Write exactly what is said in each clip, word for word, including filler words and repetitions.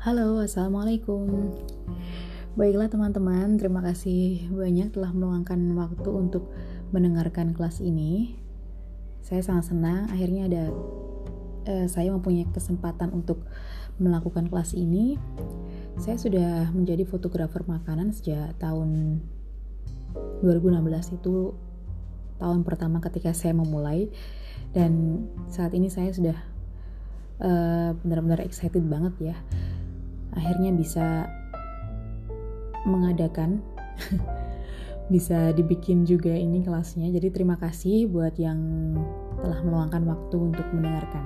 Halo, Assalamualaikum. Baiklah teman-teman, terima kasih banyak telah meluangkan waktu untuk mendengarkan kelas ini. Saya sangat senang akhirnya ada eh, saya mempunyai kesempatan untuk melakukan kelas ini. Saya sudah menjadi fotografer makanan sejak tahun dua ribu enam belas, itu tahun pertama ketika saya memulai, dan saat ini saya sudah uh, benar-benar excited banget ya, akhirnya bisa mengadakan bisa dibikin juga ini kelasnya. Jadi terima kasih buat yang telah meluangkan waktu untuk mendengarkan.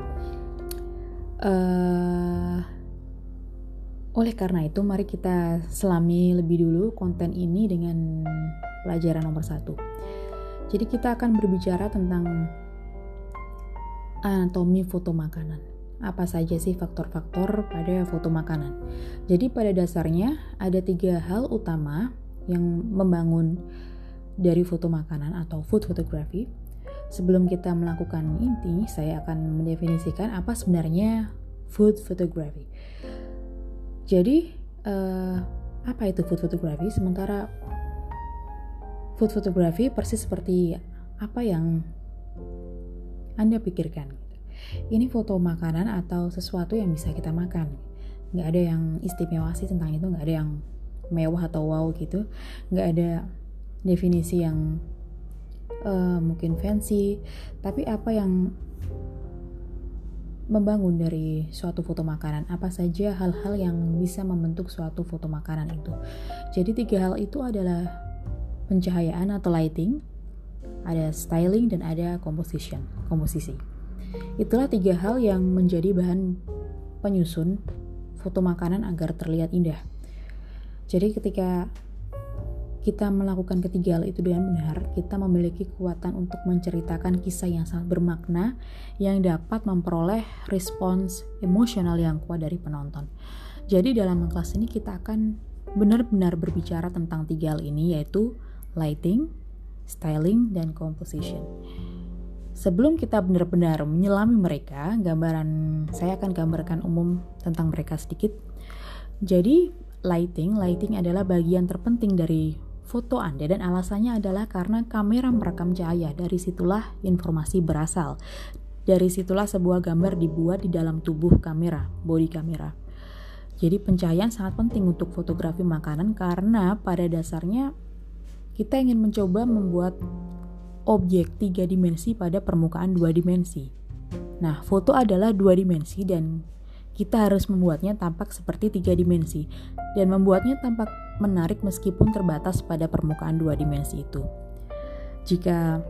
Uh, oleh karena itu, mari kita selami lebih dulu konten ini dengan pelajaran nomor satu. Jadi kita akan berbicara tentang anatomi foto makanan. Apa saja sih faktor-faktor pada foto makanan? Jadi pada dasarnya ada tiga hal utama yang membangun dari foto makanan atau food photography. Sebelum kita melakukan inti, saya akan mendefinisikan apa sebenarnya food photography. Jadi uh, apa itu food photography? Sementara food photography persis seperti apa yang Anda pikirkan. Ini foto makanan atau sesuatu yang bisa kita makan. Nggak ada yang istimewa sih tentang itu, nggak ada yang mewah atau wow gitu. Nggak ada definisi yang uh, mungkin fancy. Tapi apa yang membangun dari suatu foto makanan, apa saja hal-hal yang bisa membentuk suatu foto makanan itu. Jadi tiga hal itu adalah pencahayaan atau lighting, ada styling, dan ada composition, komposisi. Itulah tiga hal yang menjadi bahan penyusun foto makanan agar terlihat indah. Jadi ketika kita melakukan ketiga hal itu dengan benar, kita memiliki kekuatan untuk menceritakan kisah yang sangat bermakna yang dapat memperoleh respons emosional yang kuat dari penonton. Jadi dalam kelas ini kita akan benar-benar berbicara tentang tiga hal ini, yaitu lighting, styling, dan composition. Sebelum kita benar-benar menyelami mereka, gambaran saya akan gambarkan umum tentang mereka sedikit. Jadi, lighting, lighting adalah bagian terpenting dari foto Anda, dan alasannya adalah karena kamera merekam cahaya. Dari situlah informasi berasal. Dari situlah sebuah gambar dibuat di dalam tubuh kamera, body kamera. Jadi, pencahayaan sangat penting untuk fotografi makanan karena pada dasarnya kita ingin mencoba membuat objek tiga dimensi pada permukaan dua dimensi. Nah, foto adalah dua dimensi dan kita harus membuatnya tampak seperti tiga dimensi dan membuatnya tampak menarik meskipun terbatas pada permukaan dua dimensi itu. Jika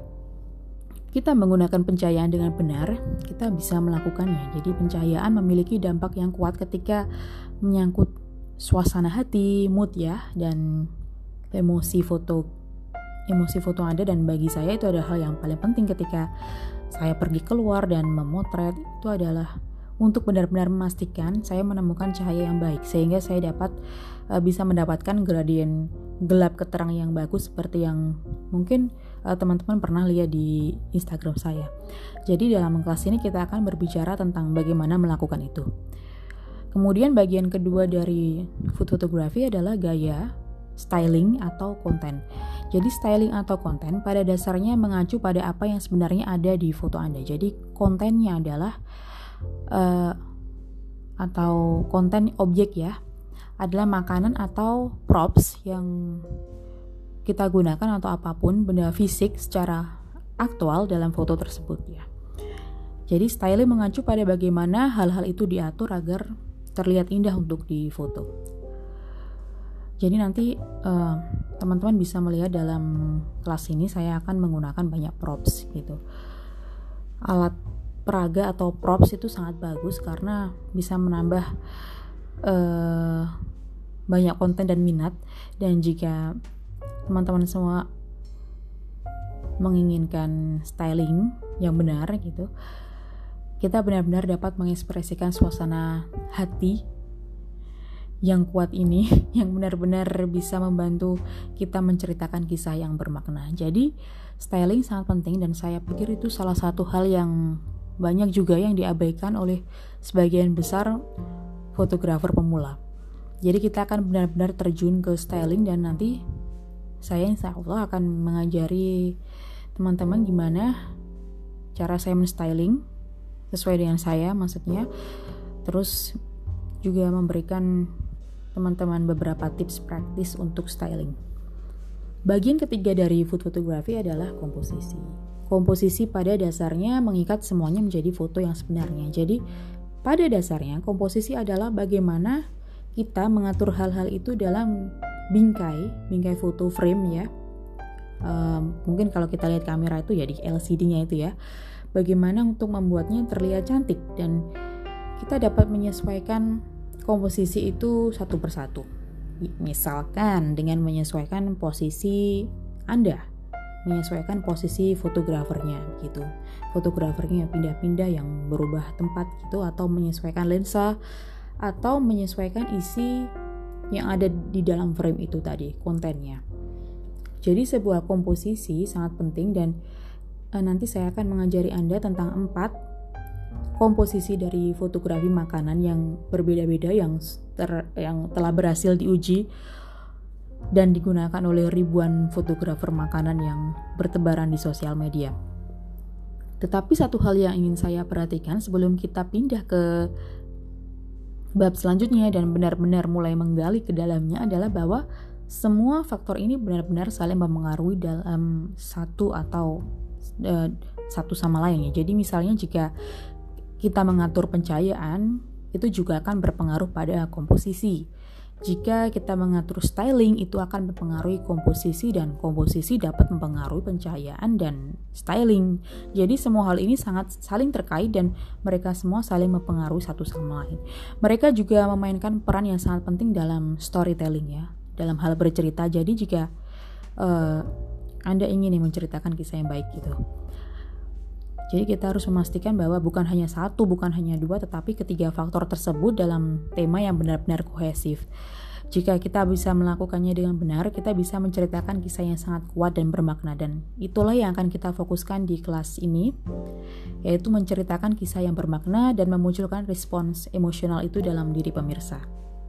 kita menggunakan pencahayaan dengan benar, kita bisa melakukannya. Jadi pencahayaan memiliki dampak yang kuat ketika menyangkut suasana hati, mood ya, dan emosi foto emosi foto Anda. Dan bagi saya itu adalah hal yang paling penting ketika saya pergi keluar dan memotret. Itu adalah untuk benar-benar memastikan saya menemukan cahaya yang baik sehingga saya dapat uh, bisa mendapatkan gradien gelap ke terang yang bagus seperti yang mungkin uh, teman-teman pernah lihat di Instagram saya. Jadi dalam kelas ini kita akan berbicara tentang bagaimana melakukan itu. Kemudian bagian kedua dari food photography adalah gaya, styling, atau konten. Jadi styling atau konten pada dasarnya mengacu pada apa yang sebenarnya ada di foto Anda. Jadi kontennya adalah uh, atau konten objek ya, adalah makanan atau props yang kita gunakan atau apapun benda fisik secara aktual dalam foto tersebut ya. Jadi styling mengacu pada bagaimana hal-hal itu diatur agar terlihat indah untuk difoto. Jadi nanti uh, teman-teman bisa melihat dalam kelas ini saya akan menggunakan banyak props gitu. Alat peraga atau props itu sangat bagus karena bisa menambah uh, banyak konten dan minat. Dan jika teman-teman semua menginginkan styling yang benar gitu, kita benar-benar dapat mengekspresikan suasana hati yang kuat ini, yang benar-benar bisa membantu kita menceritakan kisah yang bermakna. Jadi styling sangat penting dan saya pikir itu salah satu hal yang banyak juga yang diabaikan oleh sebagian besar fotografer pemula. Jadi kita akan benar-benar terjun ke styling, dan nanti saya insya Allah akan mengajari teman-teman gimana cara saya men-styling sesuai dengan saya maksudnya. Terus juga memberikan teman-teman beberapa tips praktis untuk styling. Bagian ketiga dari food photography adalah komposisi. Komposisi pada dasarnya mengikat semuanya menjadi foto yang sebenarnya. Jadi pada dasarnya komposisi adalah bagaimana kita mengatur hal-hal itu dalam bingkai, bingkai foto frame ya. Um, mungkin kalau kita lihat kamera itu ya di L C D-nya itu ya. Bagaimana untuk membuatnya terlihat cantik, dan kita dapat menyesuaikan komposisi itu satu persatu. Misalkan dengan menyesuaikan posisi Anda, menyesuaikan posisi fotografernya gitu. Fotografernya pindah-pindah yang berubah tempat gitu, atau menyesuaikan lensa, atau menyesuaikan isi yang ada di dalam frame itu tadi, kontennya. Jadi sebuah komposisi sangat penting, dan eh, nanti saya akan mengajari Anda tentang empat komposisi dari fotografi makanan yang berbeda-beda, yang ter, yang telah berhasil diuji dan digunakan oleh ribuan fotografer makanan yang bertebaran di sosial media. Tetapi satu hal yang ingin saya perhatikan sebelum kita pindah ke bab selanjutnya dan benar-benar mulai menggali ke dalamnya adalah bahwa semua faktor ini benar-benar saling mempengaruhi dalam satu atau uh, satu sama lain ya. Jadi misalnya jika kita mengatur pencahayaan, itu juga akan berpengaruh pada komposisi. Jika kita mengatur styling, itu akan mempengaruhi komposisi, dan komposisi dapat mempengaruhi pencahayaan dan styling. Jadi semua hal ini sangat saling terkait, dan mereka semua saling mempengaruhi satu sama lain. Mereka juga memainkan peran yang sangat penting dalam storytelling ya, dalam hal bercerita. Jadi jika uh, Anda ingin menceritakan kisah yang baik gitu, jadi kita harus memastikan bahwa bukan hanya satu, bukan hanya dua, tetapi ketiga faktor tersebut dalam tema yang benar-benar kohesif. Jika kita bisa melakukannya dengan benar, kita bisa menceritakan kisah yang sangat kuat dan bermakna, dan itulah yang akan kita fokuskan di kelas ini, yaitu menceritakan kisah yang bermakna dan memunculkan respons emosional itu dalam diri pemirsa.